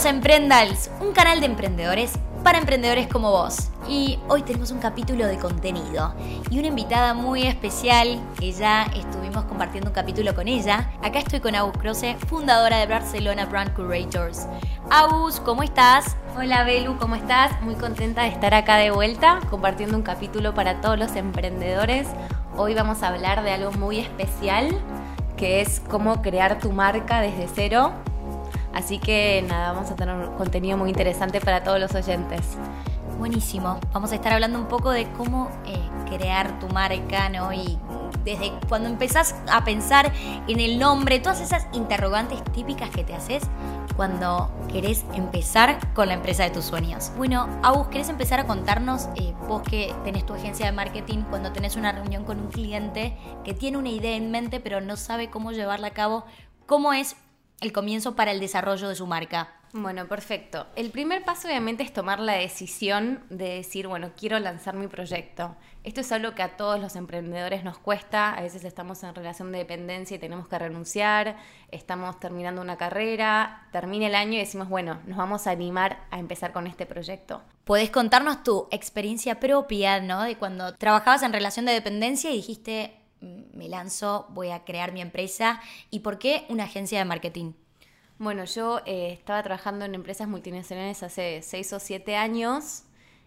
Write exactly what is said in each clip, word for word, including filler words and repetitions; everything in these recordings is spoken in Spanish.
Bienvenidos a Emprendals, un canal de emprendedores para emprendedores como vos. Y hoy tenemos un capítulo de contenido y una invitada muy especial que ya estuvimos compartiendo un capítulo con ella. Acá estoy con Agus Croce, fundadora de Barcelona Brand Curators. Agus, ¿cómo estás? Hola Belu, ¿cómo estás? Muy contenta de estar acá de vuelta compartiendo un capítulo para todos los emprendedores. Hoy vamos a hablar de algo muy especial, que es cómo crear tu marca desde cero. Así que nada, vamos a tener un contenido muy interesante para todos los oyentes. Buenísimo. Vamos a estar hablando un poco de cómo eh, crear tu marca, ¿no? Y desde cuando empezás a pensar en el nombre, todas esas interrogantes típicas que te haces cuando querés empezar con la empresa de tus sueños. Bueno, Agus, ¿querés empezar a contarnos, eh, vos que tenés tu agencia de marketing, cuando tenés una reunión con un cliente que tiene una idea en mente pero no sabe cómo llevarla a cabo, cómo es el comienzo para el desarrollo de su marca? Bueno, perfecto. El primer paso obviamente es tomar la decisión de decir, bueno, quiero lanzar mi proyecto. Esto es algo que a todos los emprendedores nos cuesta. A veces estamos en relación de dependencia y tenemos que renunciar, estamos terminando una carrera, termina el año y decimos, bueno, nos vamos a animar a empezar con este proyecto. ¿Podés contarnos tu experiencia propia, ¿no? De cuando trabajabas en relación de dependencia y dijiste, me lanzo, voy a crear mi empresa, y por qué una agencia de marketing? Bueno, yo eh, estaba trabajando en empresas multinacionales hace seis o siete años.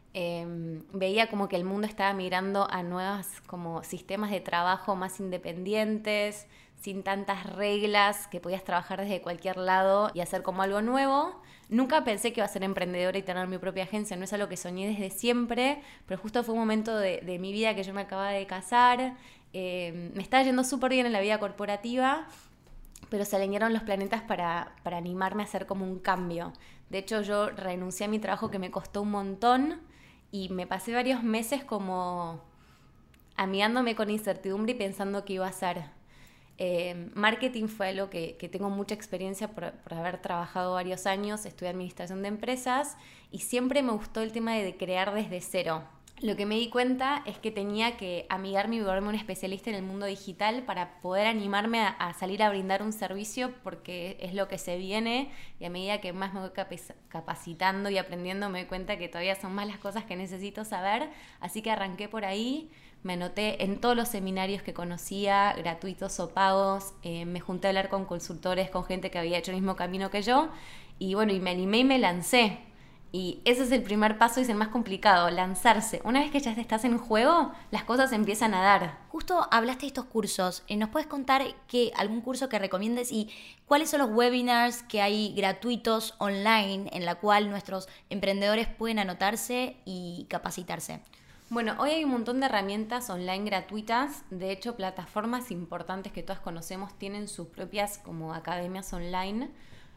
Eh, veía como que el mundo estaba migrando a nuevos como sistemas de trabajo más independientes, sin tantas reglas, que podías trabajar desde cualquier lado y hacer como algo nuevo. Nunca pensé que iba a ser emprendedora y tener mi propia agencia, no es algo que soñé desde siempre, pero justo fue un momento de, de mi vida que yo me acababa de casar, eh, me estaba yendo súper bien en la vida corporativa, pero se alinearon los planetas para, para animarme a hacer como un cambio. De hecho, yo renuncié a mi trabajo que me costó un montón y me pasé varios meses como amigándome con incertidumbre y pensando qué iba a hacer. Eh, marketing fue algo que, que tengo mucha experiencia por, por haber trabajado varios años, estudié administración de empresas y siempre me gustó el tema de, de crear desde cero. Lo que me di cuenta es que tenía que amigarme y volverme un especialista en el mundo digital para poder animarme a, a salir a brindar un servicio, porque es lo que se viene y a medida que más me voy capacitando y aprendiendo me doy cuenta que todavía son más las cosas que necesito saber, así que arranqué por ahí. Me anoté en todos los seminarios que conocía, gratuitos o pagos, eh, me junté a hablar con consultores, con gente que había hecho el mismo camino que yo y bueno, y me animé y me lancé. Y ese es el primer paso y es el más complicado, lanzarse. Una vez que ya estás en juego, las cosas empiezan a dar. Justo hablaste de estos cursos. ¿Nos puedes contar qué, algún curso que recomiendes y cuáles son los webinars que hay gratuitos online en la cual nuestros emprendedores pueden anotarse y capacitarse? Bueno, hoy hay un montón de herramientas online gratuitas. De hecho, plataformas importantes que todas conocemos tienen sus propias como academias online.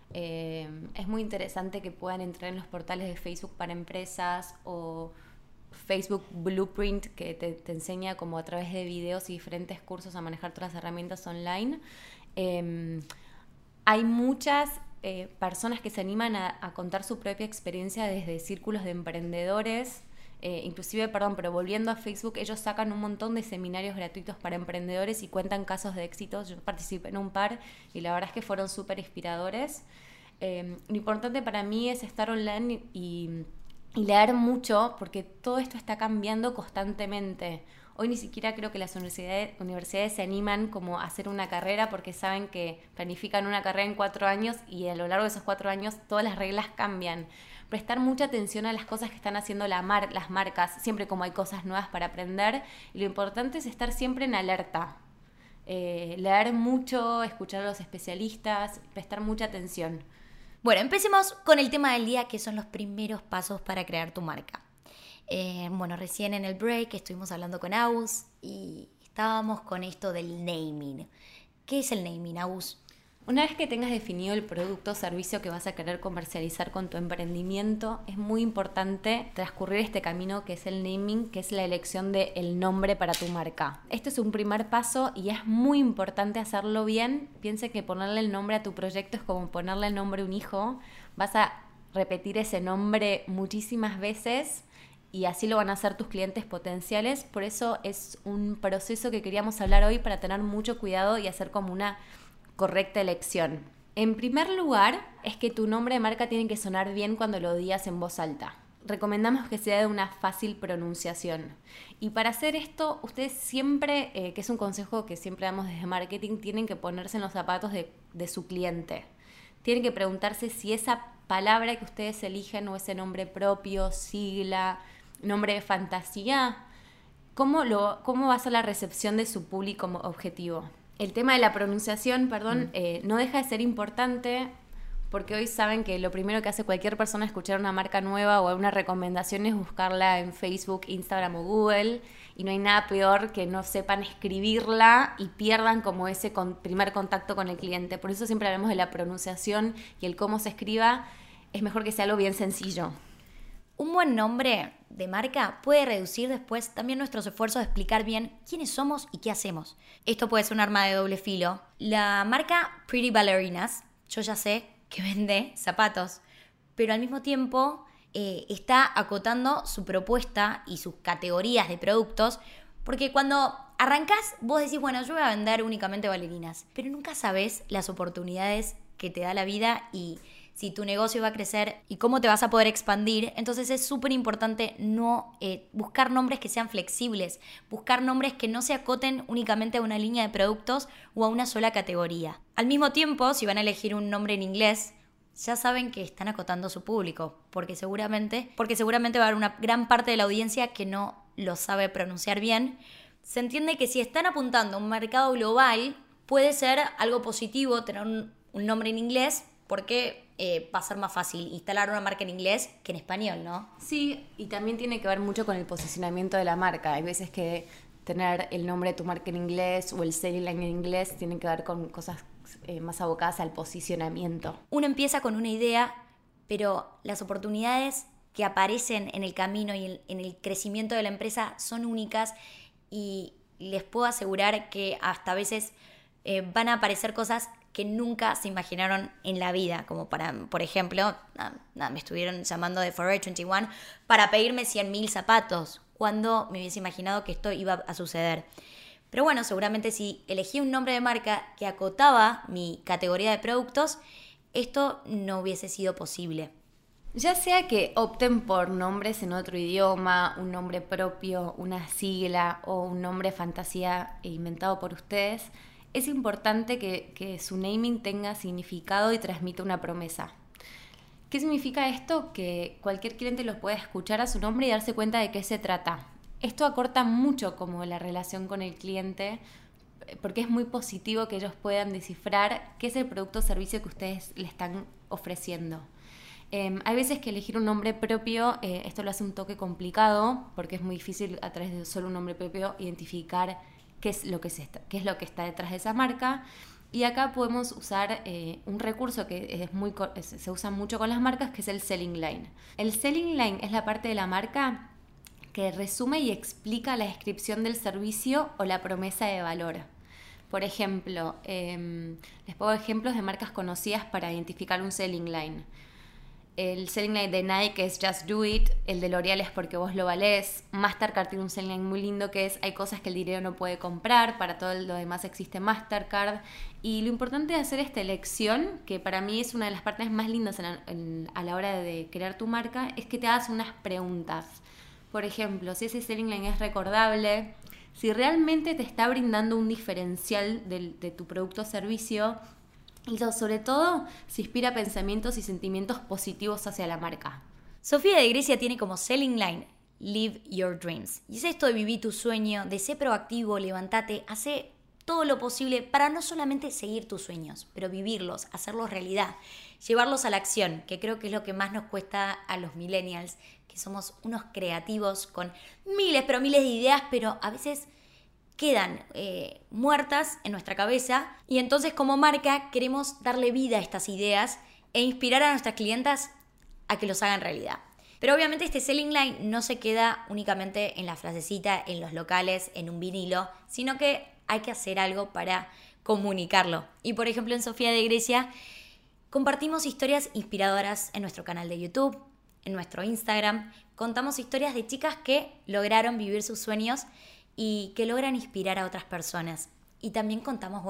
Eh, es muy interesante que puedan entrar en los portales de Facebook para empresas o Facebook Blueprint, que te, te enseña como a través de videos y diferentes cursos a manejar todas las herramientas online. Eh, hay muchas eh, personas que se animan a, a contar su propia experiencia desde círculos de emprendedores. Eh, inclusive, perdón, pero volviendo a Facebook, ellos sacan un montón de seminarios gratuitos para emprendedores y cuentan casos de éxitos. Yo participé en un par y la verdad es que fueron súper inspiradores. Eh, lo importante para mí es estar online y, y leer mucho, porque todo esto está cambiando constantemente. Hoy ni siquiera creo que las universidades, universidades se animan como a hacer una carrera, porque saben que planifican una carrera en cuatro años y a lo largo de esos cuatro años todas las reglas cambian. Prestar mucha atención a las cosas que están haciendo la mar- las marcas, siempre como hay cosas nuevas para aprender. Y lo importante es estar siempre en alerta. Eh, leer mucho, escuchar a los especialistas, prestar mucha atención. Bueno, empecemos con el tema del día, que son los primeros pasos para crear tu marca. Eh, bueno, recién en el break estuvimos hablando con Agus y estábamos con esto del naming. ¿Qué es el naming, Agus? Una vez que tengas definido el producto o servicio que vas a querer comercializar con tu emprendimiento, es muy importante transcurrir este camino que es el naming, que es la elección del nombre para tu marca. Este es un primer paso y es muy importante hacerlo bien. Piensa que ponerle el nombre a tu proyecto es como ponerle el nombre a un hijo. Vas a repetir ese nombre muchísimas veces y así lo van a hacer tus clientes potenciales. Por eso es un proceso que queríamos hablar hoy, para tener mucho cuidado y hacer como una correcta elección. En primer lugar, es que tu nombre de marca tiene que sonar bien cuando lo digas en voz alta. Recomendamos que sea de una fácil pronunciación. Y para hacer esto, ustedes siempre, eh, que es un consejo que siempre damos desde marketing, tienen que ponerse en los zapatos de, de su cliente. Tienen que preguntarse si esa palabra que ustedes eligen o ese nombre propio, sigla, nombre de fantasía, ¿cómo, lo, cómo va a ser la recepción de su público objetivo? El tema de la pronunciación, perdón, mm. eh, no deja de ser importante porque hoy saben que lo primero que hace cualquier persona escuchar una marca nueva o una recomendación es buscarla en Facebook, Instagram o Google, y no hay nada peor que no sepan escribirla y pierdan como ese con, primer contacto con el cliente. Por eso siempre hablamos de la pronunciación y el cómo se escriba. Es mejor que sea algo bien sencillo. Un buen nombre de marca puede reducir después también nuestros esfuerzos de explicar bien quiénes somos y qué hacemos. Esto puede ser un arma de doble filo. La marca Pretty Ballerinas, yo ya sé que vende zapatos, pero al mismo tiempo eh, está acotando su propuesta y sus categorías de productos, porque cuando arrancás vos decís, bueno, yo voy a vender únicamente bailarinas, pero nunca sabés las oportunidades que te da la vida y si tu negocio va a crecer y cómo te vas a poder expandir. Entonces es súper importante no eh, buscar nombres que sean flexibles, buscar nombres que no se acoten únicamente a una línea de productos o a una sola categoría. Al mismo tiempo, si van a elegir un nombre en inglés, ya saben que están acotando su público, porque seguramente, porque seguramente va a haber una gran parte de la audiencia que no lo sabe pronunciar bien. Se entiende que si están apuntando a un mercado global, puede ser algo positivo tener un, un nombre en inglés, porque eh, va a ser más fácil instalar una marca en inglés que en español, ¿no? Sí, y también tiene que ver mucho con el posicionamiento de la marca. Hay veces que tener el nombre de tu marca en inglés o el selling line en inglés tiene que ver con cosas eh, más abocadas al posicionamiento. Uno empieza con una idea, pero las oportunidades que aparecen en el camino y en, en el crecimiento de la empresa son únicas, y les puedo asegurar que hasta a veces eh, van a aparecer cosas que nunca se imaginaron en la vida, como para, por ejemplo, nada, nada, me estuvieron llamando de Forever veintiuno para pedirme cien mil zapatos, cuando me hubiese imaginado que esto iba a suceder. Pero bueno, seguramente si elegí un nombre de marca que acotaba mi categoría de productos, esto no hubiese sido posible. Ya sea que opten por nombres en otro idioma, un nombre propio, una sigla o un nombre fantasía inventado por ustedes, es importante que, que su naming tenga significado y transmita una promesa. ¿Qué significa esto? Que cualquier cliente los pueda escuchar a su nombre y darse cuenta de qué se trata. Esto acorta mucho como la relación con el cliente, porque es muy positivo que ellos puedan descifrar qué es el producto o servicio que ustedes le están ofreciendo. Eh, hay veces que elegir un nombre propio, eh, esto lo hace un toque complicado, porque es muy difícil a través de solo un nombre propio identificar qué es lo que, se está, qué es lo que está detrás de esa marca. Y acá podemos usar eh, un recurso que es muy, se usa mucho con las marcas, que es el selling line. El selling line es la parte de la marca que resume y explica la descripción del servicio o la promesa de valor. Por ejemplo, eh, les pongo ejemplos de marcas conocidas para identificar un selling line. El selling line de Nike es Just Do It, el de L'Oreal es Porque Vos Lo Valés. Mastercard tiene un selling line muy lindo que es Hay cosas que el dinero no puede comprar, para todo lo demás existe Mastercard. Y lo importante de hacer esta elección, que para mí es una de las partes más lindas en la, en, a la hora de crear tu marca, es que te hagas unas preguntas. Por ejemplo, si ese selling line es recordable, si realmente te está brindando un diferencial de, de tu producto o servicio, y sobre todo, si inspira pensamientos y sentimientos positivos hacia la marca. Sofía de Grecia tiene como selling line Live Your Dreams. Y es esto de vivir tu sueño, de ser proactivo, levántate, hace todo lo posible para no solamente seguir tus sueños, pero vivirlos, hacerlos realidad, llevarlos a la acción, que creo que es lo que más nos cuesta a los millennials, que somos unos creativos con miles, pero miles de ideas, pero a veces quedan eh, muertas en nuestra cabeza, y entonces como marca queremos darle vida a estas ideas e inspirar a nuestras clientas a que los hagan realidad. Pero obviamente este selling line no se queda únicamente en la frasecita, en los locales, en un vinilo, sino que hay que hacer algo para comunicarlo. Y por ejemplo en Sofía de Grecia compartimos historias inspiradoras en nuestro canal de YouTube, en nuestro Instagram. Contamos historias de chicas que lograron vivir sus sueños y que logran inspirar a otras personas. Y también contamos, bueno,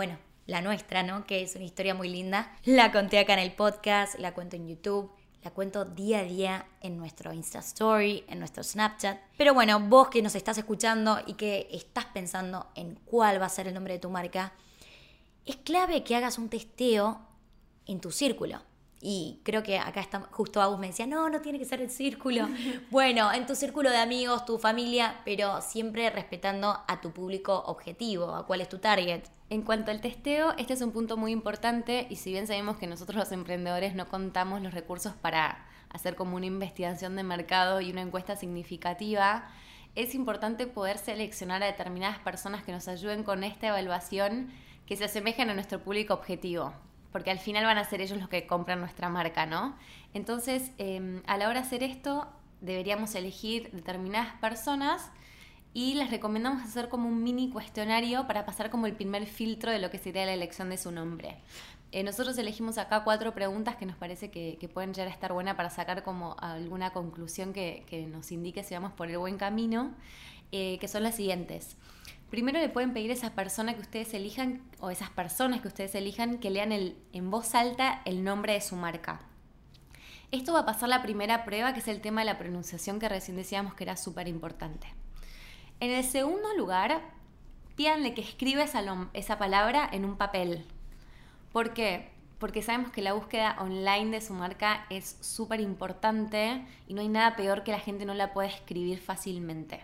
la nuestra, ¿no? Que es una historia muy linda. La conté acá en el podcast, la cuento en YouTube, la cuento día a día en nuestro Insta Story, en nuestro Snapchat. Pero bueno, vos que nos estás escuchando y que estás pensando en cuál va a ser el nombre de tu marca, es clave que hagas un testeo en tu círculo. Y creo que acá está, justo Agus me decía, no, no tiene que ser el círculo. Bueno, en tu círculo de amigos, tu familia, pero siempre respetando a tu público objetivo, a cuál es tu target. En cuanto al testeo, este es un punto muy importante y si bien sabemos que nosotros los emprendedores no contamos los recursos para hacer como una investigación de mercado y una encuesta significativa, es importante poder seleccionar a determinadas personas que nos ayuden con esta evaluación que se asemejen a nuestro público objetivo. Porque al final van a ser ellos los que compran nuestra marca, ¿no? Entonces, eh, a la hora de hacer esto, deberíamos elegir determinadas personas y les recomendamos hacer como un mini cuestionario para pasar como el primer filtro de lo que sería la elección de su nombre. Eh, nosotros elegimos acá cuatro preguntas que nos parece que, que pueden llegar a estar buenas para sacar como alguna conclusión que, que nos indique si vamos por el buen camino, eh, que son las siguientes. Primero le pueden pedir a esa persona que ustedes elijan, o esas personas que ustedes elijan, que lean el, en voz alta el nombre de su marca. Esto va a pasar la primera prueba, que es el tema de la pronunciación que recién decíamos que era súper importante. En el segundo lugar, pídanle que escriba esa, esa palabra en un papel. ¿Por qué? Porque sabemos que la búsqueda online de su marca es súper importante y no hay nada peor que la gente no la pueda escribir fácilmente.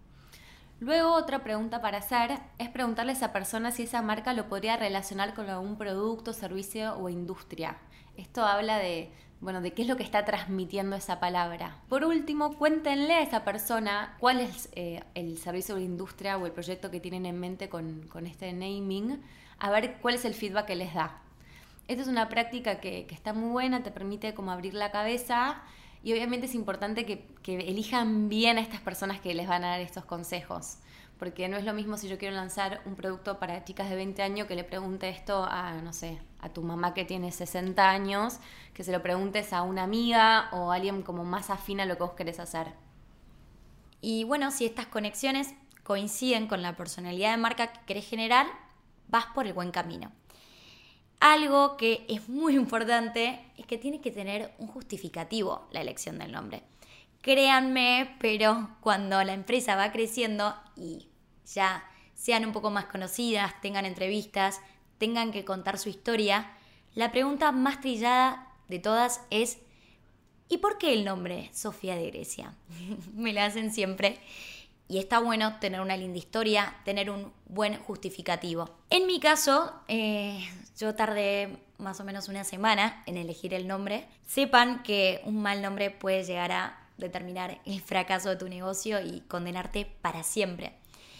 Luego, otra pregunta para hacer es preguntarle a esa persona si esa marca lo podría relacionar con algún producto, servicio o industria. Esto habla de, bueno, de qué es lo que está transmitiendo esa palabra. Por último, cuéntenle a esa persona cuál es eh, el servicio o la industria o el proyecto que tienen en mente con, con este naming, a ver cuál es el feedback que les da. Esta es una práctica que, que está muy buena, te permite como abrir la cabeza. Y obviamente es importante que, que elijan bien a estas personas que les van a dar estos consejos. Porque no es lo mismo si yo quiero lanzar un producto para chicas de veinte años que le pregunte esto a, no sé, a tu mamá que tiene sesenta años, que se lo preguntes a una amiga o a alguien como más afín a lo que vos querés hacer. Y bueno, si estas conexiones coinciden con la personalidad de marca que querés generar, vas por el buen camino. Algo que es muy importante es que tiene que tener un justificativo la elección del nombre. Créanme, pero cuando la empresa va creciendo y ya sean un poco más conocidas, tengan entrevistas, tengan que contar su historia, la pregunta más trillada de todas es ¿y por qué el nombre Sofía de Grecia? Me la hacen siempre. Y está bueno tener una linda historia, tener un buen justificativo. En mi caso, eh, yo tardé más o menos una semana en elegir el nombre. Sepan que un mal nombre puede llegar a determinar el fracaso de tu negocio y condenarte para siempre.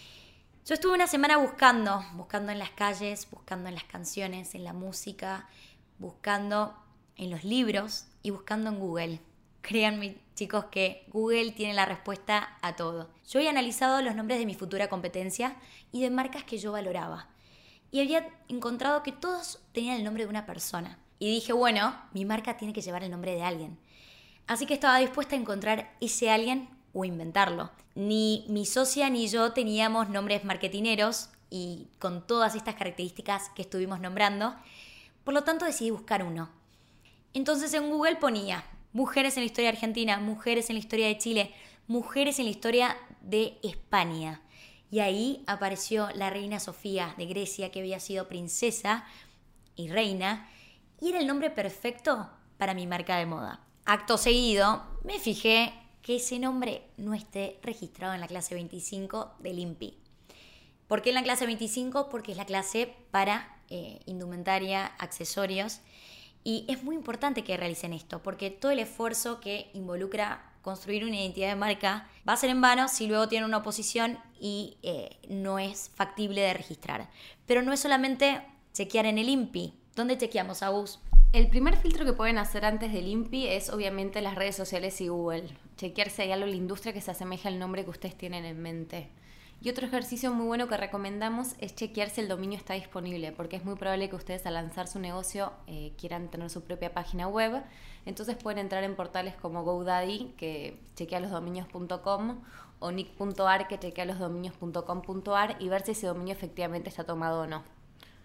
Yo estuve una semana buscando, buscando en las calles, buscando en las canciones, en la música, buscando en los libros y buscando en Google. Créanme, chicos, que Google tiene la respuesta a todo. Yo había analizado los nombres de mi futura competencia y de marcas que yo valoraba. Y había encontrado que todos tenían el nombre de una persona. Y dije, bueno, mi marca tiene que llevar el nombre de alguien. Así que estaba dispuesta a encontrar ese alguien o inventarlo. Ni mi socia ni yo teníamos nombres marketineros y con todas estas características que estuvimos nombrando. Por lo tanto, decidí buscar uno. Entonces en Google ponía mujeres en la historia de Argentina, mujeres en la historia de Chile, mujeres en la historia de España. Y ahí apareció la reina Sofía de Grecia, que había sido princesa y reina, y era el nombre perfecto para mi marca de moda. Acto seguido, me fijé que ese nombre no esté registrado en la clase veinticinco del I N P I. ¿Por qué en la clase veinticinco? Porque es la clase para eh, indumentaria, accesorios. Y es muy importante que realicen esto, porque todo el esfuerzo que involucra construir una identidad de marca va a ser en vano si luego tiene una oposición y eh, no es factible de registrar. Pero no es solamente chequear en el I N P I. ¿Dónde chequeamos, Agus? El primer filtro que pueden hacer antes del I N P I es obviamente las redes sociales y Google. Chequear si hay algo en la industria que se asemeje al nombre que ustedes tienen en mente. Y otro ejercicio muy bueno que recomendamos es chequear si el dominio está disponible, porque es muy probable que ustedes al lanzar su negocio eh, quieran tener su propia página web. Entonces pueden entrar en portales como GoDaddy, que chequea los dominios punto com, o nick punto ar, que chequea los dominios punto com punto ar, y ver si ese dominio efectivamente está tomado o no.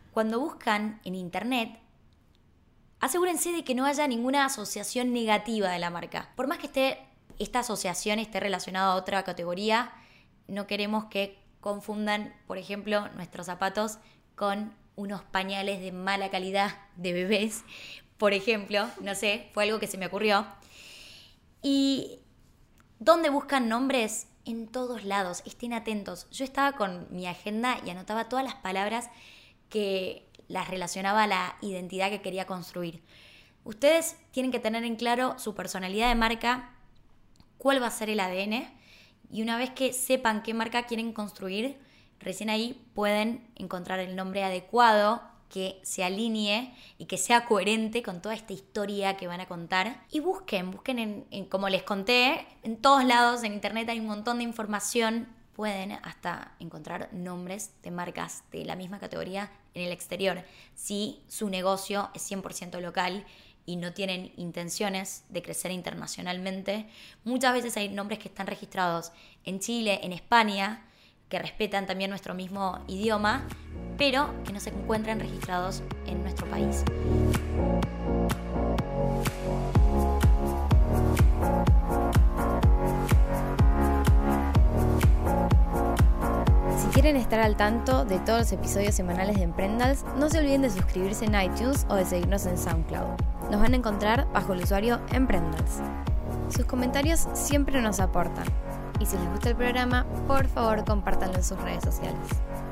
cuando buscan en internet, asegúrense de que no haya ninguna asociación negativa de la marca. Por más que esté, esta asociación esté relacionada a otra categoría, no queremos que confundan, por ejemplo, nuestros zapatos con unos pañales de mala calidad de bebés, por ejemplo, no sé, fue algo que se me ocurrió. Y ¿dónde buscan nombres? En todos lados, estén atentos. Yo estaba con mi agenda y anotaba todas las palabras que las relacionaba a la identidad que quería construir. Ustedes tienen que tener en claro su personalidad de marca, cuál va a ser el A D N, y una vez que sepan qué marca quieren construir, recién ahí pueden encontrar el nombre adecuado que se alinee y que sea coherente con toda esta historia que van a contar. Y busquen, busquen en, en, como les conté, en todos lados, en internet hay un montón de información. Pueden hasta encontrar nombres de marcas de la misma categoría en el exterior. Si su negocio es cien por ciento local y no tienen intenciones de crecer internacionalmente, muchas veces hay nombres que están registrados en Chile, en España, que respetan también nuestro mismo idioma, pero que no se encuentran registrados en nuestro país. Si quieren estar al tanto de todos los episodios semanales de Emprendals, no se olviden de suscribirse en iTunes o de seguirnos en SoundCloud. Nos van a encontrar bajo el usuario Emprendals. Sus comentarios siempre nos aportan. Y si les gusta el programa, por favor compártanlo en sus redes sociales.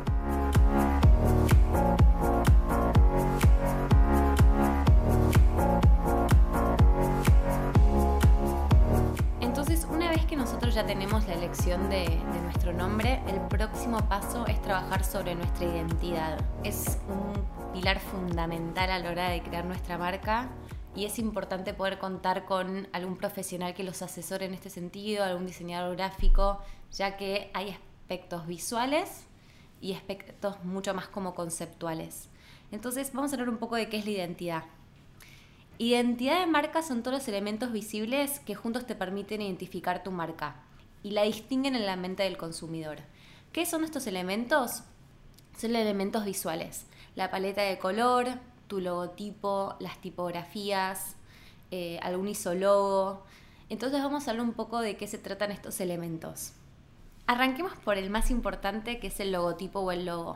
Entonces, una vez que nosotros ya tenemos la elección de, de nuestro nombre, el próximo paso es trabajar sobre nuestra identidad. Es un pilar fundamental a la hora de crear nuestra marca. Y es importante poder contar con algún profesional que los asesore en este sentido, algún diseñador gráfico, ya que hay aspectos visuales y aspectos mucho más como conceptuales. Entonces vamos a hablar un poco de qué es la identidad. Identidad de marca son todos los elementos visibles que juntos te permiten identificar tu marca y la distinguen en la mente del consumidor. ¿Qué son estos elementos? Son elementos visuales, la paleta de color, tu logotipo, las tipografías, eh, algún isólogo. Entonces vamos a hablar un poco de qué se tratan estos elementos. Arranquemos por el más importante, que es el logotipo o el logo.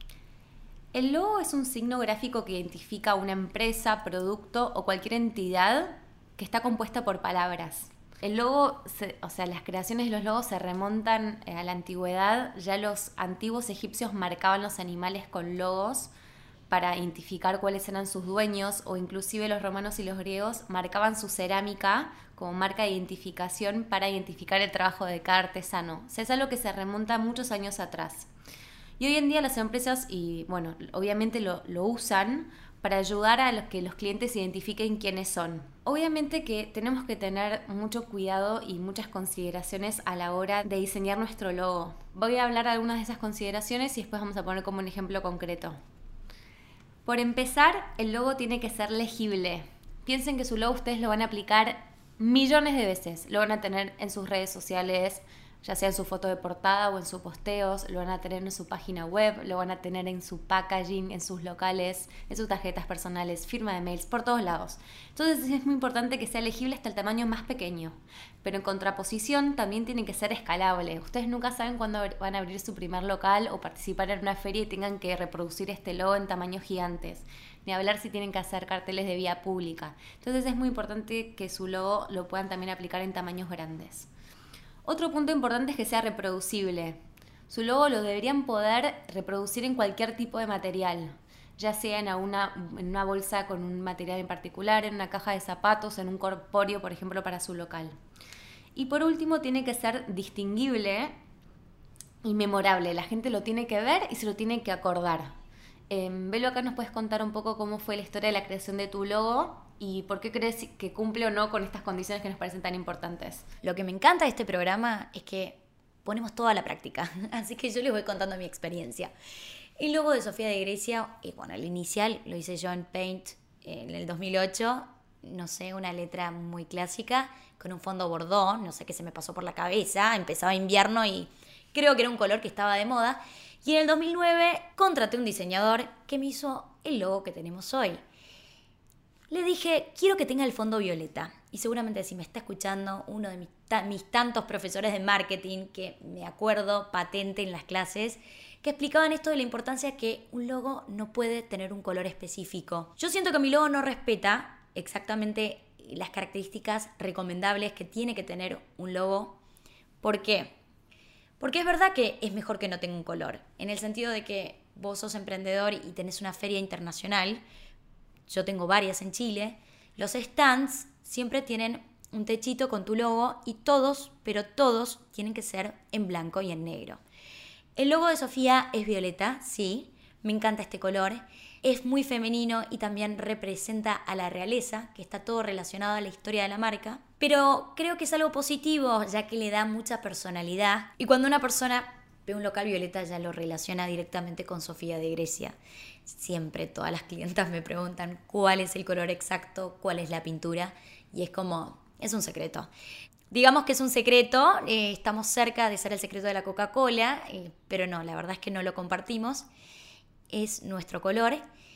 El logo es un signo gráfico que identifica una empresa, producto o cualquier entidad que está compuesta por palabras. El logo, se, o sea, las creaciones de los logos se remontan a la antigüedad. Ya los antiguos egipcios marcaban los animales con logos para identificar cuáles eran sus dueños, o inclusive los romanos y los griegos marcaban su cerámica como marca de identificación para identificar el trabajo de cada artesano. O sea, es algo que se remonta muchos años atrás. Y hoy en día las empresas, y bueno, obviamente lo, lo usan para ayudar a los que los clientes identifiquen quiénes son. Obviamente que tenemos que tener mucho cuidado y muchas consideraciones a la hora de diseñar nuestro logo. Voy a hablar de algunas de esas consideraciones y después vamos a poner como un ejemplo concreto. Por empezar, el logo tiene que ser legible. Piensen que su logo ustedes lo van a aplicar millones de veces. Lo van a tener en sus redes sociales, ya sea en su foto de portada o en sus posteos, lo van a tener en su página web, lo van a tener en su packaging, en sus locales, en sus tarjetas personales, firma de mails, por todos lados. Entonces es muy importante que sea legible hasta el tamaño más pequeño. Pero en contraposición también tiene que ser escalable. Ustedes nunca saben cuándo van a abrir su primer local o participar en una feria y tengan que reproducir este logo en tamaños gigantes. Ni hablar si tienen que hacer carteles de vía pública. Entonces es muy importante que su logo lo puedan también aplicar en tamaños grandes. Otro punto importante es que sea reproducible. Su logo lo deberían poder reproducir en cualquier tipo de material, ya sea en una, en una bolsa con un material en particular, en una caja de zapatos, en un corpóreo, por ejemplo, para su local. Y por último, tiene que ser distinguible y memorable. La gente lo tiene que ver y se lo tiene que acordar. Eh, Velo, acá nos puedes contar un poco cómo fue la historia de la creación de tu logo y por qué crees que cumple o no con estas condiciones que nos parecen tan importantes. Lo que me encanta de este programa es que ponemos todo a la práctica, así que yo les voy contando mi experiencia. El logo de Sofía de Grecia, y bueno, el inicial lo hice yo en Paint en el dos mil ocho, no sé, una letra muy clásica, con un fondo bordó, no sé qué se me pasó por la cabeza, empezaba invierno y creo que era un color que estaba de moda. Y en el dos mil nueve contraté un diseñador que me hizo el logo que tenemos hoy. Le dije, quiero que tenga el fondo violeta. Y seguramente si me está escuchando uno de mis, ta- mis tantos profesores de marketing, que me acuerdo patente en las clases, que explicaban esto de la importancia que un logo no puede tener un color específico. Yo siento que mi logo no respeta exactamente las características recomendables que tiene que tener un logo. ¿Por qué? Porque es verdad que es mejor que no tenga un color, en el sentido de que vos sos emprendedor y tenés una feria internacional. Yo tengo varias en Chile. Los stands siempre tienen un techito con tu logo y todos, pero todos, tienen que ser en blanco y en negro. El logo de Sofía es violeta, sí, me encanta este color. Es muy femenino y también representa a la realeza, que está todo relacionado a la historia de la marca. Pero creo que es algo positivo, ya que le da mucha personalidad. Y cuando una persona ve un local violeta ya lo relaciona directamente con Sofía de Grecia. Siempre todas las clientas me preguntan cuál es el color exacto, cuál es la pintura, y es como, es un secreto. Digamos que es un secreto, eh, estamos cerca de ser el secreto de la Coca-Cola, eh, pero no, la verdad es que no lo compartimos, es nuestro color,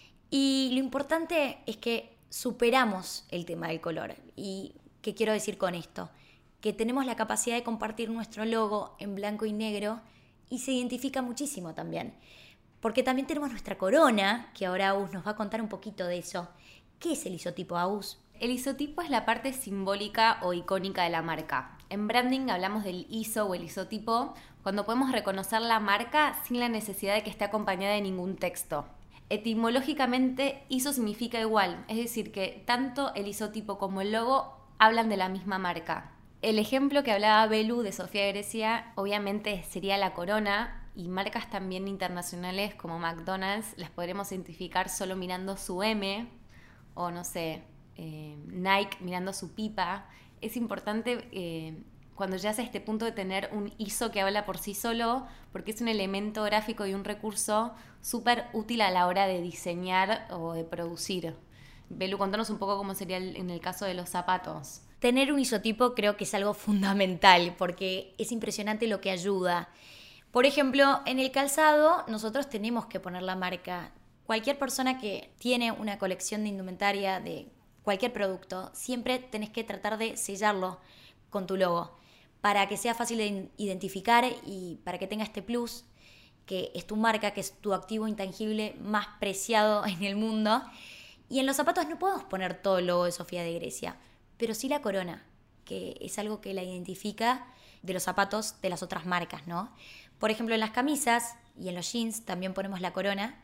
y lo importante es que superamos el tema del color. ¿Y qué quiero decir con esto? Que tenemos la capacidad de compartir nuestro logo en blanco y negro y se identifica muchísimo también. Porque también tenemos nuestra corona, que ahora Agus nos va a contar un poquito de eso. ¿Qué es el isotipo, Agus? El isotipo es la parte simbólica o icónica de la marca. En branding hablamos del iso o el isotipo cuando podemos reconocer la marca sin la necesidad de que esté acompañada de ningún texto. Etimológicamente, iso significa igual, es decir, que tanto el isotipo como el logo hablan de la misma marca. El ejemplo que hablaba Belu de Sofía de Grecia obviamente sería la corona, y marcas también internacionales como McDonald's las podremos identificar solo mirando su M, o no sé, eh, Nike mirando su pipa. Es importante eh, cuando ya a este punto de tener un iso que habla por sí solo, porque es un elemento gráfico y un recurso súper útil a la hora de diseñar o de producir. Belu, contanos un poco cómo sería el, en el caso de los zapatos. Tener un isotipo creo que es algo fundamental, porque es impresionante lo que ayuda. Por ejemplo, en el calzado nosotros tenemos que poner la marca. Cualquier persona que tiene una colección de indumentaria de cualquier producto, siempre tenés que tratar de sellarlo con tu logo para que sea fácil de identificar y para que tenga este plus, que es tu marca, que es tu activo intangible más preciado en el mundo. Y en los zapatos no podemos poner todo el logo de Sofía de Grecia, pero sí la corona, que es algo que la identifica de los zapatos de las otras marcas, ¿no? Por ejemplo, en las camisas y en los jeans también ponemos la corona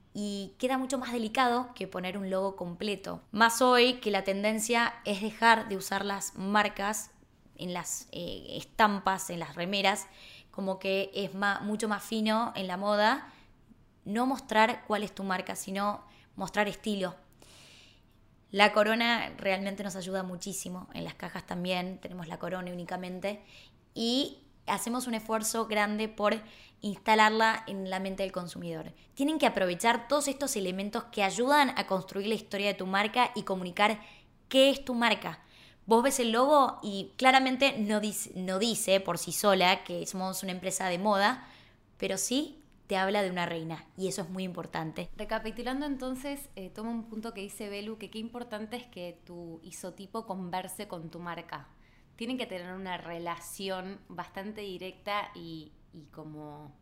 y queda mucho más delicado que poner un logo completo. Más hoy que la tendencia es dejar de usar las marcas en las eh, estampas, en las remeras, como que es más, mucho más fino en la moda no mostrar cuál es tu marca, sino mostrar estilo. La corona realmente nos ayuda muchísimo, en las cajas también tenemos la corona únicamente y hacemos un esfuerzo grande por instalarla en la mente del consumidor. Tienen que aprovechar todos estos elementos que ayudan a construir la historia de tu marca y comunicar qué es tu marca. Vos ves el logo y claramente no dice, no dice por sí sola que somos una empresa de moda, pero sí te habla de una reina y eso es muy importante. Recapitulando entonces, eh, tomo un punto que dice Belu, que qué importante es que tu isotipo converse con tu marca. Tienen que tener una relación bastante directa y, y como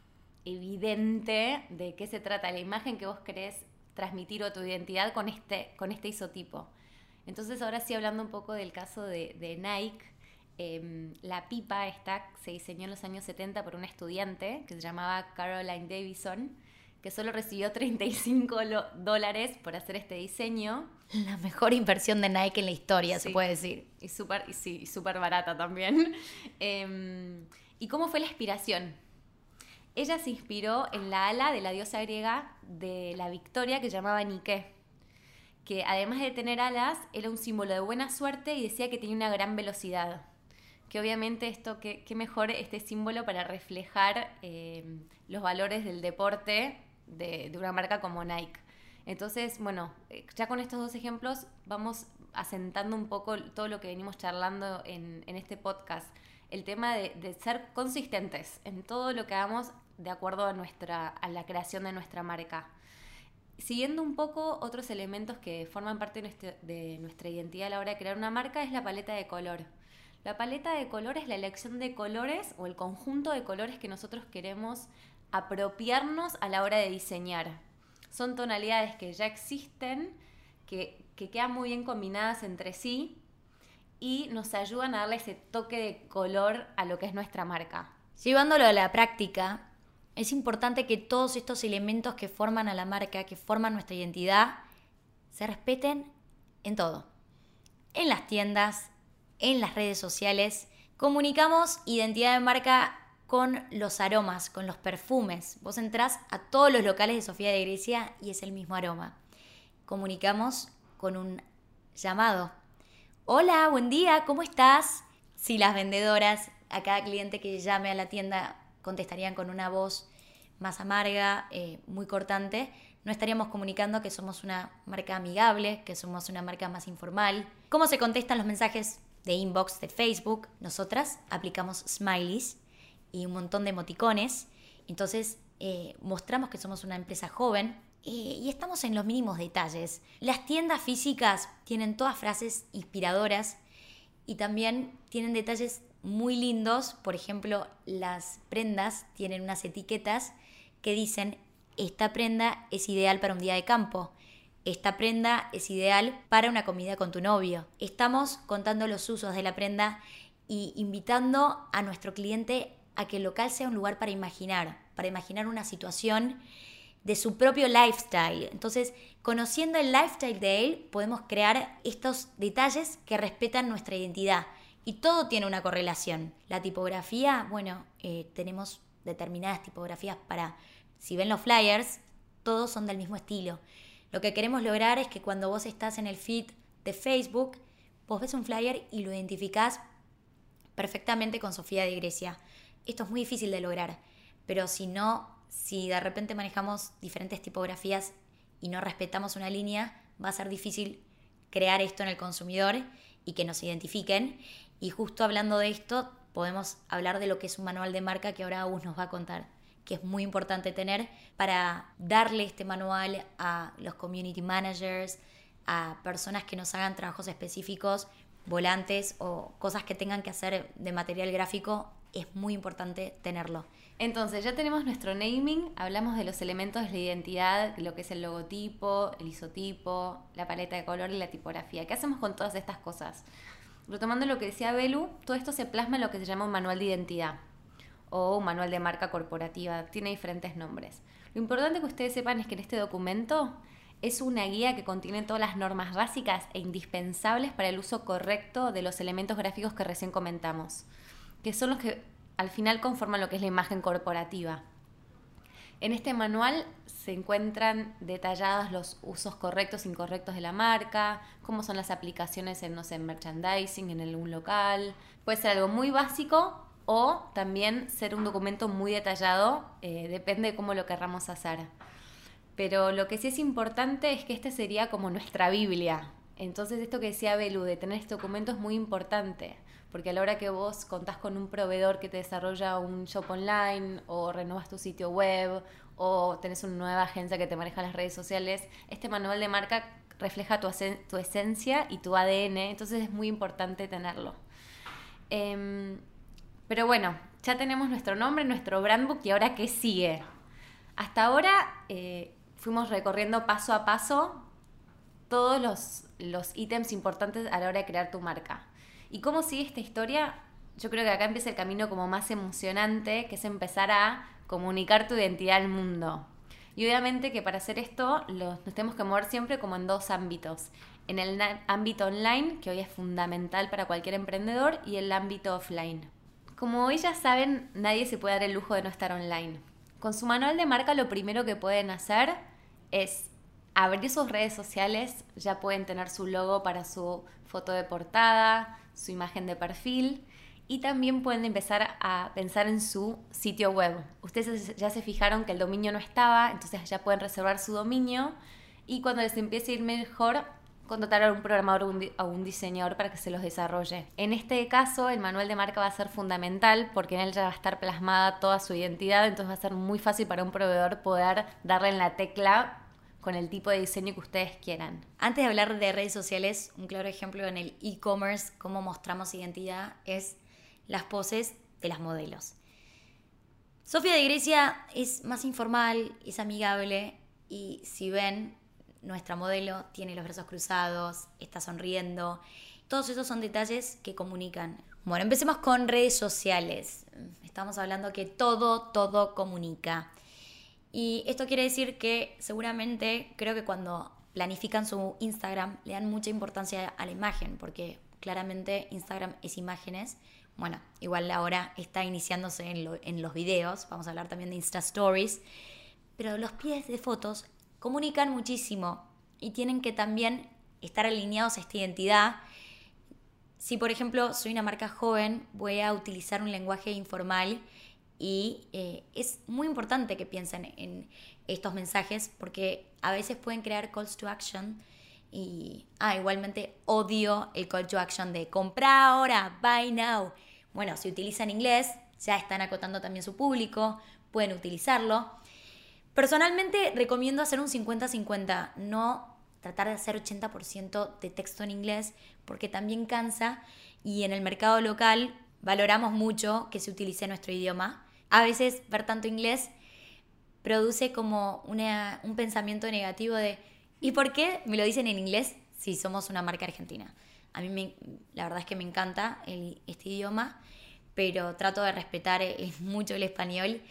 evidente de qué se trata la imagen que vos querés transmitir o tu identidad con este, con este isotipo. Entonces ahora sí, hablando un poco del caso de, de Nike, eh, la pipa esta se diseñó en los años setenta por una estudiante que se llamaba Caroline Davison, que solo recibió treinta y cinco dólares por hacer este diseño. La mejor inversión de Nike en la historia, Sí. se puede decir. Y súper y sí, súper barata también. Eh, ¿Y cómo fue la inspiración? Ella se inspiró en la ala de la diosa griega de la victoria que se llamaba Nike, que además de tener alas, era un símbolo de buena suerte y decía que tenía una gran velocidad. Que obviamente esto, qué que mejor este símbolo para reflejar eh, los valores del deporte de, de una marca como Nike. Entonces, bueno, ya con estos dos ejemplos vamos asentando un poco todo lo que venimos charlando en, en este podcast. el tema de, de ser consistentes en todo lo que hagamos de acuerdo a, nuestra, a la creación de nuestra marca. Siguiendo un poco otros elementos que forman parte de nuestra, de nuestra identidad a la hora de crear una marca es la paleta de color. La paleta de color es la elección de colores o el conjunto de colores que nosotros queremos apropiarnos a la hora de diseñar. Son tonalidades que ya existen, que, que quedan muy bien combinadas entre sí y nos ayudan a darle ese toque de color a lo que es nuestra marca. Llevándolo a la práctica, es importante que todos estos elementos que forman a la marca, que forman nuestra identidad, se respeten en todo. En las tiendas, en las redes sociales. Comunicamos identidad de marca con los aromas, con los perfumes. Vos entrás a todos los locales de Sofía de Grecia y es el mismo aroma. Comunicamos con un llamado. Hola, buen día, ¿cómo estás? Si las vendedoras, a cada cliente que llame a la tienda, contestarían con una voz más amarga, eh, muy cortante, no estaríamos comunicando que somos una marca amigable, que somos una marca más informal. ¿Cómo se contestan los mensajes de inbox de Facebook? Nosotras aplicamos smileys y un montón de emoticones. Entonces eh, mostramos que somos una empresa joven eh, y estamos en los mínimos detalles. Las tiendas físicas tienen todas frases inspiradoras y también tienen detalles muy lindos. Por ejemplo, las prendas tienen unas etiquetas que dicen: esta prenda es ideal para un día de campo, esta prenda es ideal para una comida con tu novio. Estamos contando los usos de la prenda y invitando a nuestro cliente a que el local sea un lugar para imaginar, para imaginar una situación de su propio lifestyle. Entonces, conociendo el lifestyle de él, podemos crear estos detalles que respetan nuestra identidad. Y todo tiene una correlación. La tipografía, bueno, eh, tenemos determinadas tipografías para, si ven los flyers, todos son del mismo estilo. Lo que queremos lograr es que cuando vos estás en el feed de Facebook, vos ves un flyer y lo identificás perfectamente con Sofía de Grecia. Esto es muy difícil de lograr, pero si no, si de repente manejamos diferentes tipografías y no respetamos una línea, va a ser difícil crear esto en el consumidor y que nos identifiquen. Y justo hablando de esto, podemos hablar de lo que es un manual de marca que ahora Agus nos va a contar, que es muy importante tener para darle este manual a los community managers, a personas que nos hagan trabajos específicos, volantes o cosas que tengan que hacer de material gráfico. Es muy importante tenerlo. Entonces, ya tenemos nuestro naming, hablamos de los elementos de la identidad, lo que es el logotipo, el isotipo, la paleta de color y la tipografía. ¿Qué hacemos con todas estas cosas? Retomando lo que decía Belu, todo esto se plasma en lo que se llama un manual de identidad o un manual de marca corporativa. Tiene diferentes nombres. Lo importante que ustedes sepan es que en este documento es una guía que contiene todas las normas básicas e indispensables para el uso correcto de los elementos gráficos que recién comentamos, que son los que al final conforman lo que es la imagen corporativa. En este manual se encuentran detallados los usos correctos e incorrectos de la marca, cómo son las aplicaciones en, no sé, en merchandising, en algún local. Puede ser algo muy básico o también ser un documento muy detallado, eh, depende de cómo lo querramos hacer. Pero lo que sí es importante es que este sería como nuestra Biblia. Entonces esto que decía Belu, de tener este documento es muy importante, porque a la hora que vos contás con un proveedor que te desarrolla un shop online o renovas tu sitio web o tenés una nueva agencia que te maneja las redes sociales, este manual de marca refleja tu, tu esencia y tu A D N, entonces es muy importante tenerlo. Eh, pero bueno, ya tenemos nuestro nombre, nuestro brand book, y ahora ¿qué sigue? Hasta ahora eh, fuimos recorriendo paso a paso todos los, los ítems importantes a la hora de crear tu marca. ¿Y cómo sigue esta historia? Yo creo que acá empieza el camino como más emocionante, que es empezar a comunicar tu identidad al mundo. Y obviamente que para hacer esto los, nos tenemos que mover siempre como en dos ámbitos. En el na- ámbito online, que hoy es fundamental para cualquier emprendedor, y el ámbito offline. Como hoy ya saben, nadie se puede dar el lujo de no estar online. Con su manual de marca lo primero que pueden hacer es abrir sus redes sociales, ya pueden tener su logo para su foto de portada, su imagen de perfil, y también pueden empezar a pensar en su sitio web. Ustedes ya se fijaron que el dominio no estaba, entonces ya pueden reservar su dominio, y cuando les empiece a ir mejor contratar a un programador o un, di- a un diseñador para que se los desarrolle. En este caso, el manual de marca va a ser fundamental porque en él ya va a estar plasmada toda su identidad, entonces va a ser muy fácil para un proveedor poder darle en la tecla con el tipo de diseño que ustedes quieran. Antes de hablar de redes sociales, un claro ejemplo en el e-commerce, cómo mostramos identidad, es las poses de las modelos. Sofía de Grecia es más informal, es amigable y si ven, nuestra modelo tiene los brazos cruzados, está sonriendo. Todos esos son detalles que comunican. Bueno, empecemos con redes sociales. Estamos hablando que todo, todo comunica. Y esto quiere decir que seguramente creo que cuando planifican su Instagram le dan mucha importancia a la imagen, porque claramente Instagram es imágenes. Bueno, igual ahora está iniciándose en, lo, en los videos, vamos a hablar también de Insta Stories, pero los pies de fotos comunican muchísimo y tienen que también estar alineados a esta identidad. Si, por ejemplo, soy una marca joven, voy a utilizar un lenguaje informal y eh, es muy importante que piensen en estos mensajes porque a veces pueden crear calls to action y ah, igualmente odio el call to action de compra ahora, buy now. Bueno, si utilizan inglés, ya están acotando también su público, pueden utilizarlo. Personalmente recomiendo hacer un cincuenta cincuenta, no tratar de hacer ochenta por ciento de texto en inglés porque también cansa y en el mercado local valoramos mucho que se utilice nuestro idioma. A veces ver tanto inglés produce como una, un pensamiento negativo de ¿y por qué me lo dicen en inglés si somos una marca argentina? A mí me, la verdad es que me encanta el, este idioma, pero trato de respetar eh, mucho el español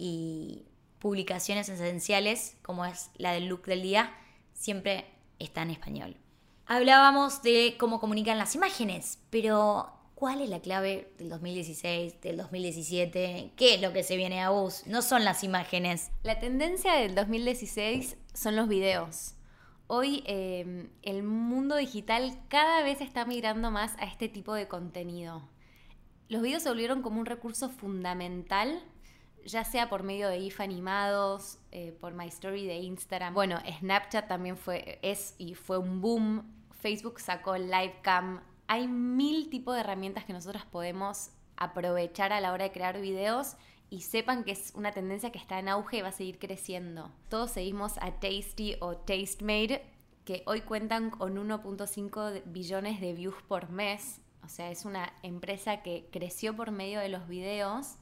y publicaciones esenciales, como es la del look del día, siempre está en español. Hablábamos de cómo comunican las imágenes, pero ¿cuál es la clave del dos mil dieciséis, del dos mil diecisiete? ¿Qué es lo que se viene a vos? No son las imágenes. La tendencia del dos mil dieciséis son los videos. Hoy eh, el mundo digital cada vez está migrando más a este tipo de contenido. Los videos se volvieron como un recurso fundamental, ya sea por medio de GIF animados, eh, por My Story de Instagram. Bueno, Snapchat también fue, es y fue un boom. Facebook sacó Livecam. Hay mil tipos de herramientas que nosotros podemos aprovechar a la hora de crear videos y sepan que es una tendencia que está en auge y va a seguir creciendo. Todos seguimos a Tasty o Tastemade, que hoy cuentan con uno punto cinco billones de views por mes. O sea, es una empresa que creció por medio de los videos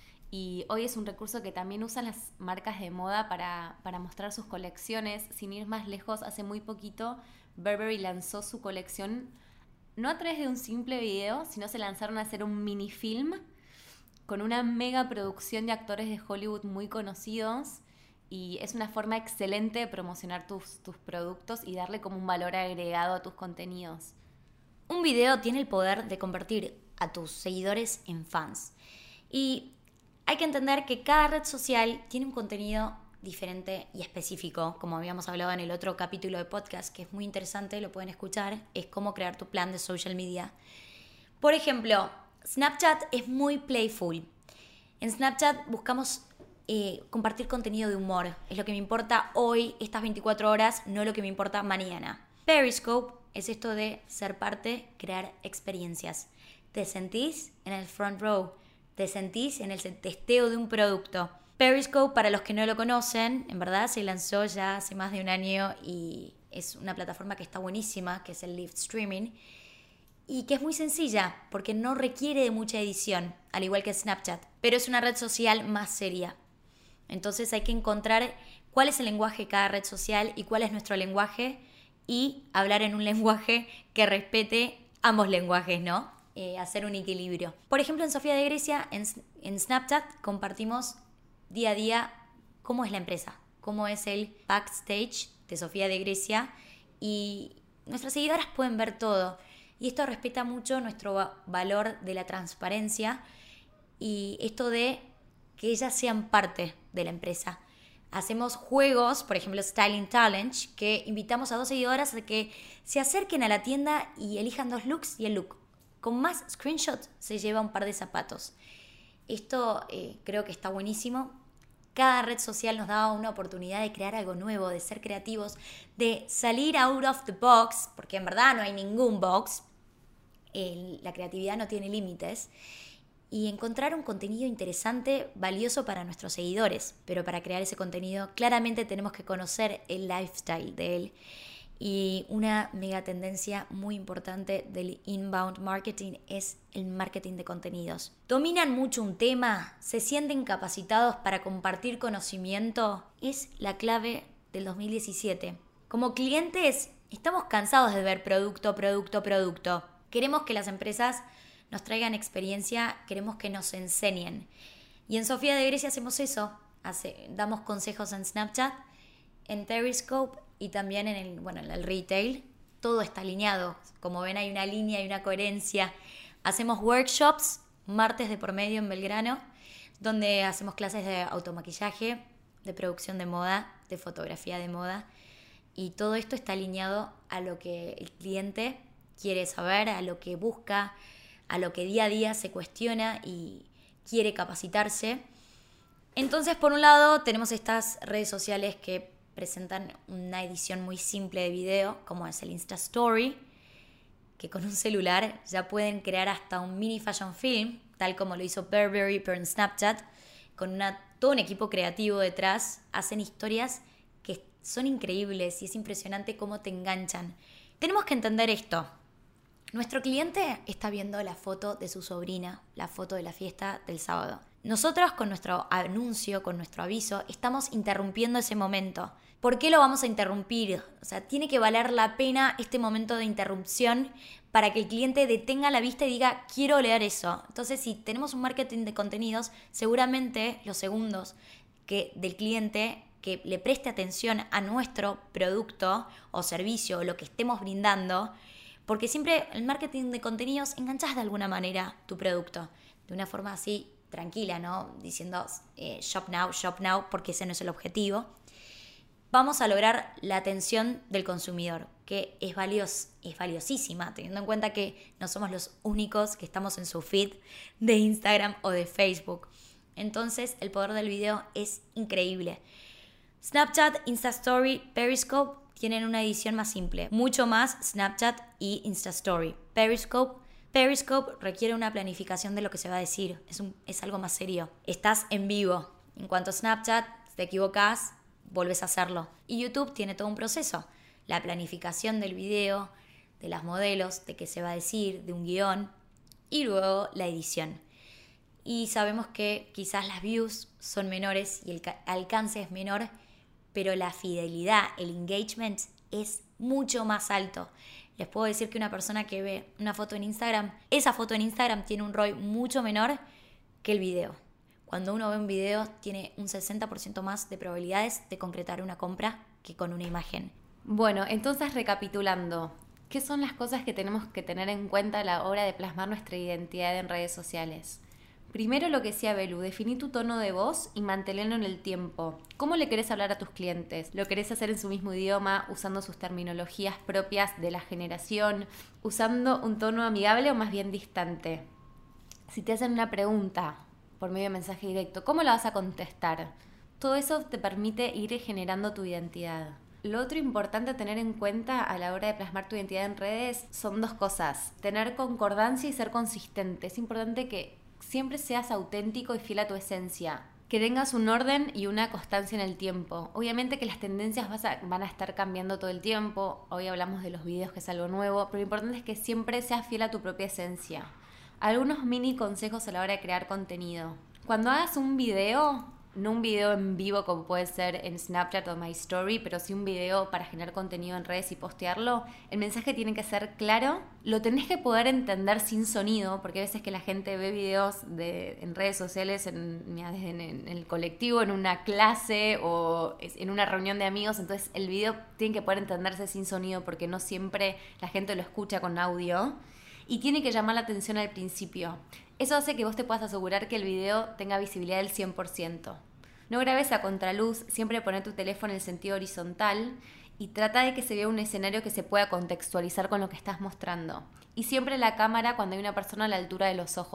y hoy es un recurso que también usan las marcas de moda para, para mostrar sus colecciones. Sin ir más lejos, hace muy poquito Burberry lanzó su colección no a través de un simple video, sino se lanzaron a hacer un minifilm con una mega producción de actores de Hollywood muy conocidos y es una forma excelente de promocionar tus, tus productos y darle como un valor agregado a tus contenidos. Un video tiene el poder de convertir a tus seguidores en fans y hay que entender que cada red social tiene un contenido diferente y específico, como habíamos hablado en el otro capítulo de podcast, que es muy interesante, lo pueden escuchar, es cómo crear tu plan de social media. Por ejemplo, Snapchat es muy playful. En Snapchat buscamos eh, compartir contenido de humor. Es lo que me importa hoy, estas veinticuatro horas, no lo que me importa mañana. Periscope es esto de ser parte, crear experiencias. Te sentís en el front row, te sentís en el testeo de un producto. Periscope, para los que no lo conocen, en verdad se lanzó ya hace más de un año y es una plataforma que está buenísima, que es el live streaming, y que es muy sencilla porque no requiere de mucha edición, al igual que Snapchat, pero es una red social más seria. Entonces hay que encontrar cuál es el lenguaje de cada red social y cuál es nuestro lenguaje y hablar en un lenguaje que respete ambos lenguajes, ¿no? Eh, hacer un equilibrio. Por ejemplo, en Sofía de Grecia, en, en Snapchat, compartimos día a día cómo es la empresa, cómo es el backstage de Sofía de Grecia y nuestras seguidoras pueden ver todo. Y esto respeta mucho nuestro valor de la transparencia y esto de que ellas sean parte de la empresa. Hacemos juegos, por ejemplo Styling Challenge, que invitamos a dos seguidoras a que se acerquen a la tienda y elijan dos looks y el look. Con más screenshots se lleva un par de zapatos. Esto eh, creo que está buenísimo. Cada red social nos daba una oportunidad de crear algo nuevo, de ser creativos, de salir out of the box, porque en verdad no hay ningún box. El, la creatividad no tiene límites. Y encontrar un contenido interesante, valioso para nuestros seguidores. Pero para crear ese contenido, claramente tenemos que conocer el lifestyle de él. Y una mega tendencia muy importante del inbound marketing es el marketing de contenidos. ¿Dominan mucho un tema? ¿Se sienten capacitados para compartir conocimiento? Es la clave del dos mil diecisiete. Como clientes, estamos cansados de ver producto, producto, producto. Queremos que las empresas nos traigan experiencia, queremos que nos enseñen. Y en Sofía de Grecia hacemos eso. Hace, damos consejos en Snapchat, en Periscope y también en el, bueno, en el retail. Todo está alineado. Como ven, hay una línea y una coherencia. Hacemos workshops, martes de por medio en Belgrano, donde hacemos clases de automaquillaje, de producción de moda, de fotografía de moda. Y todo esto está alineado a lo que el cliente quiere saber, a lo que busca, a lo que día a día se cuestiona y quiere capacitarse. Entonces, por un lado, tenemos estas redes sociales que presentan una edición muy simple de video, como es el Insta Story, que con un celular ya pueden crear hasta un mini fashion film, tal como lo hizo Burberry pero en Snapchat, con una, todo un equipo creativo detrás. Hacen historias que son increíbles y es impresionante cómo te enganchan. Tenemos que entender esto. Nuestro cliente está viendo la foto de su sobrina, la foto de la fiesta del sábado. Nosotros con nuestro anuncio, con nuestro aviso, estamos interrumpiendo ese momento. ¿Por qué lo vamos a interrumpir? O sea, tiene que valer la pena este momento de interrupción para que el cliente detenga la vista y diga, quiero leer eso. Entonces, si tenemos un marketing de contenidos, seguramente los segundos que del cliente que le preste atención a nuestro producto o servicio o lo que estemos brindando, porque siempre el marketing de contenidos enganchas de alguna manera tu producto, de una forma así tranquila, ¿no? Diciendo eh, shop now, shop now, porque ese no es el objetivo. Vamos a lograr la atención del consumidor, que es, valios, es valiosísima, teniendo en cuenta que no somos los únicos que estamos en su feed de Instagram o de Facebook. Entonces, el poder del video es increíble. Snapchat, Insta Story, Periscope tienen una edición más simple, mucho más Snapchat y Insta Story. Periscope, Periscope requiere una planificación de lo que se va a decir, es, un, es algo más serio. Estás en vivo. En cuanto a Snapchat, si te equivocas, vuelves a hacerlo. Y YouTube tiene todo un proceso, la planificación del video, de las modelos, de qué se va a decir, de un guión y luego la edición. Y sabemos que quizás las views son menores y el alcance es menor, pero la fidelidad, el engagement es mucho más alto. Les puedo decir que una persona que ve una foto en Instagram, esa foto en Instagram tiene un R O I mucho menor que el video. Cuando uno ve un video, tiene un sesenta por ciento más de probabilidades de concretar una compra que con una imagen. Bueno, entonces recapitulando, ¿qué son las cosas que tenemos que tener en cuenta a la hora de plasmar nuestra identidad en redes sociales? Primero, lo que decía Belu, definí tu tono de voz y mantenerlo en el tiempo. ¿Cómo le querés hablar a tus clientes? ¿Lo querés hacer en su mismo idioma, usando sus terminologías propias de la generación, usando un tono amigable o más bien distante? Si te hacen una pregunta por medio de mensaje directo, ¿cómo la vas a contestar? Todo eso te permite ir generando tu identidad. Lo otro importante a tener en cuenta a la hora de plasmar tu identidad en redes son dos cosas. Tener concordancia y ser consistente. Es importante que siempre seas auténtico y fiel a tu esencia. Que tengas un orden y una constancia en el tiempo. Obviamente que las tendencias vas a, van a estar cambiando todo el tiempo. Hoy hablamos de los videos, que es algo nuevo. Pero lo importante es que siempre seas fiel a tu propia esencia. Algunos mini consejos a la hora de crear contenido. Cuando hagas un video, no un video en vivo como puede ser en Snapchat o My Story, pero sí un video para generar contenido en redes y postearlo, el mensaje tiene que ser claro. Lo tenés que poder entender sin sonido, porque a veces que la gente ve videos de, en redes sociales, en, en, en el colectivo, en una clase o en una reunión de amigos, entonces el video tiene que poder entenderse sin sonido porque no siempre la gente lo escucha con audio. Y tiene que llamar la atención al principio. Eso hace que vos te puedas asegurar que el video tenga visibilidad del cien por ciento. No grabes a contraluz, siempre poné tu teléfono en el sentido horizontal y trata de que se vea un escenario que se pueda contextualizar con lo que estás mostrando. Y siempre la cámara cuando hay una persona a la altura de los ojos.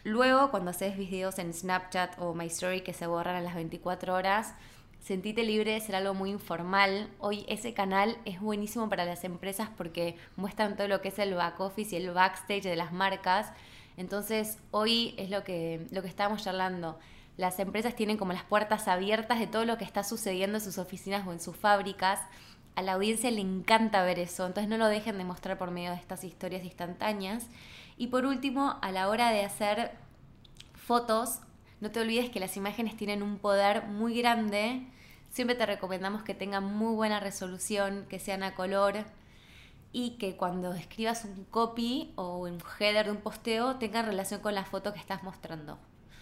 Luego, cuando haces videos en Snapchat o My Story que se borran a las veinticuatro horas, sentite libre de ser algo muy informal. Hoy ese canal es buenísimo para las empresas porque muestran todo lo que es el back office y el backstage de las marcas. Entonces, hoy es lo que, lo que estábamos charlando. Las empresas tienen como las puertas abiertas de todo lo que está sucediendo en sus oficinas o en sus fábricas. A la audiencia le encanta ver eso, entonces no lo dejen de mostrar por medio de estas historias instantáneas. Y por último, a la hora de hacer fotos, no te olvides que las imágenes tienen un poder muy grande. Siempre te recomendamos que tengan muy buena resolución, que sean a color y que cuando escribas un copy o un header de un posteo tengan relación con la foto que estás mostrando.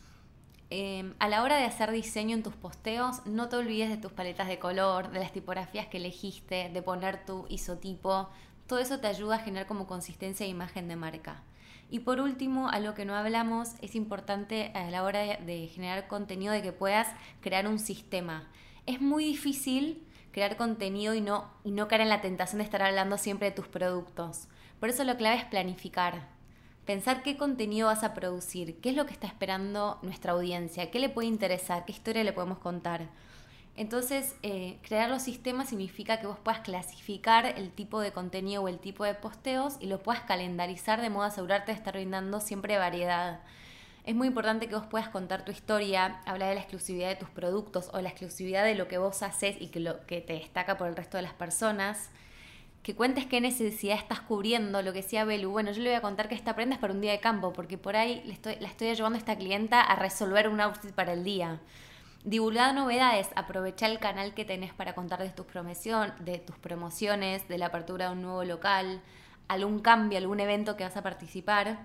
Eh, a la hora de hacer diseño en tus posteos, no te olvides de tus paletas de color, de las tipografías que elegiste, de poner tu isotipo. Todo eso te ayuda a generar como consistencia de imagen de marca. Y por último, algo que no hablamos, es importante a la hora de, de generar contenido de que puedas crear un sistema. Es muy difícil crear contenido y no, y no caer en la tentación de estar hablando siempre de tus productos. Por eso lo clave es planificar. Pensar qué contenido vas a producir, qué es lo que está esperando nuestra audiencia, qué le puede interesar, qué historia le podemos contar. Entonces, eh, crear los sistemas significa que vos puedas clasificar el tipo de contenido o el tipo de posteos y lo puedas calendarizar de modo a asegurarte de estar brindando siempre variedad. Es muy importante que vos puedas contar tu historia, hablar de la exclusividad de tus productos o la exclusividad de lo que vos haces y que lo que te destaca por el resto de las personas. Que cuentes qué necesidad estás cubriendo, lo que decía Belu. Bueno, yo le voy a contar que esta prenda es para un día de campo, porque por ahí le estoy, la estoy ayudando a esta clienta a resolver un outfit para el día. Divulgar novedades, aprovechar el canal que tenés para contar de tus, promoción, de tus promociones, de la apertura de un nuevo local, algún cambio, algún evento que vas a participar.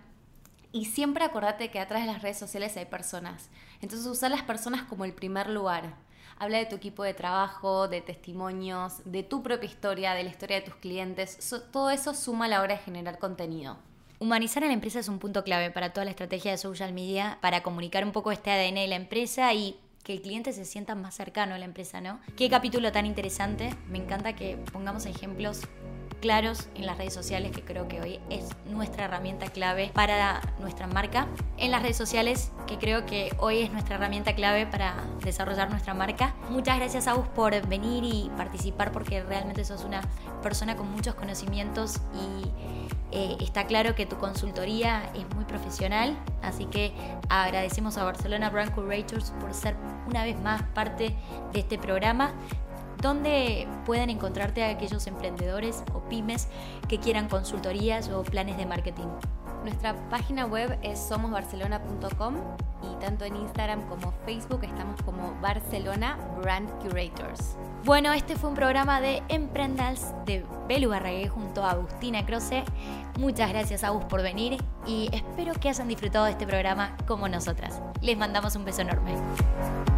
Y siempre acordate que atrás de las redes sociales hay personas. Entonces usar las personas como el primer lugar. Habla de tu equipo de trabajo, de testimonios, de tu propia historia, de la historia de tus clientes. So, todo eso suma a la hora de generar contenido. Humanizar a la empresa es un punto clave para toda la estrategia de social media, para comunicar un poco este A D N de la empresa y que el cliente se sienta más cercano a la empresa, ¿no? Qué capítulo tan interesante. Me encanta que pongamos ejemplos claros en las redes sociales, que creo que hoy es nuestra herramienta clave para nuestra marca. En las redes sociales, que creo que hoy es nuestra herramienta clave para desarrollar nuestra marca. Muchas gracias, Agus, por venir y participar, porque realmente sos una persona con muchos conocimientos y eh, está claro que tu consultoría es muy profesional. Así que agradecemos a Barcelona Brand Curators por ser una vez más parte de este programa. ¿Dónde pueden encontrarte a aquellos emprendedores o pymes que quieran consultorías o planes de marketing? Nuestra página web es somos barcelona punto com y tanto en Instagram como Facebook estamos como Barcelona Brand Curators. Bueno, este fue un programa de Emprendals de Belu Barragué junto a Agustina Croce. Muchas gracias, Agus, por venir y espero que hayan disfrutado de este programa como nosotras. Les mandamos un beso enorme.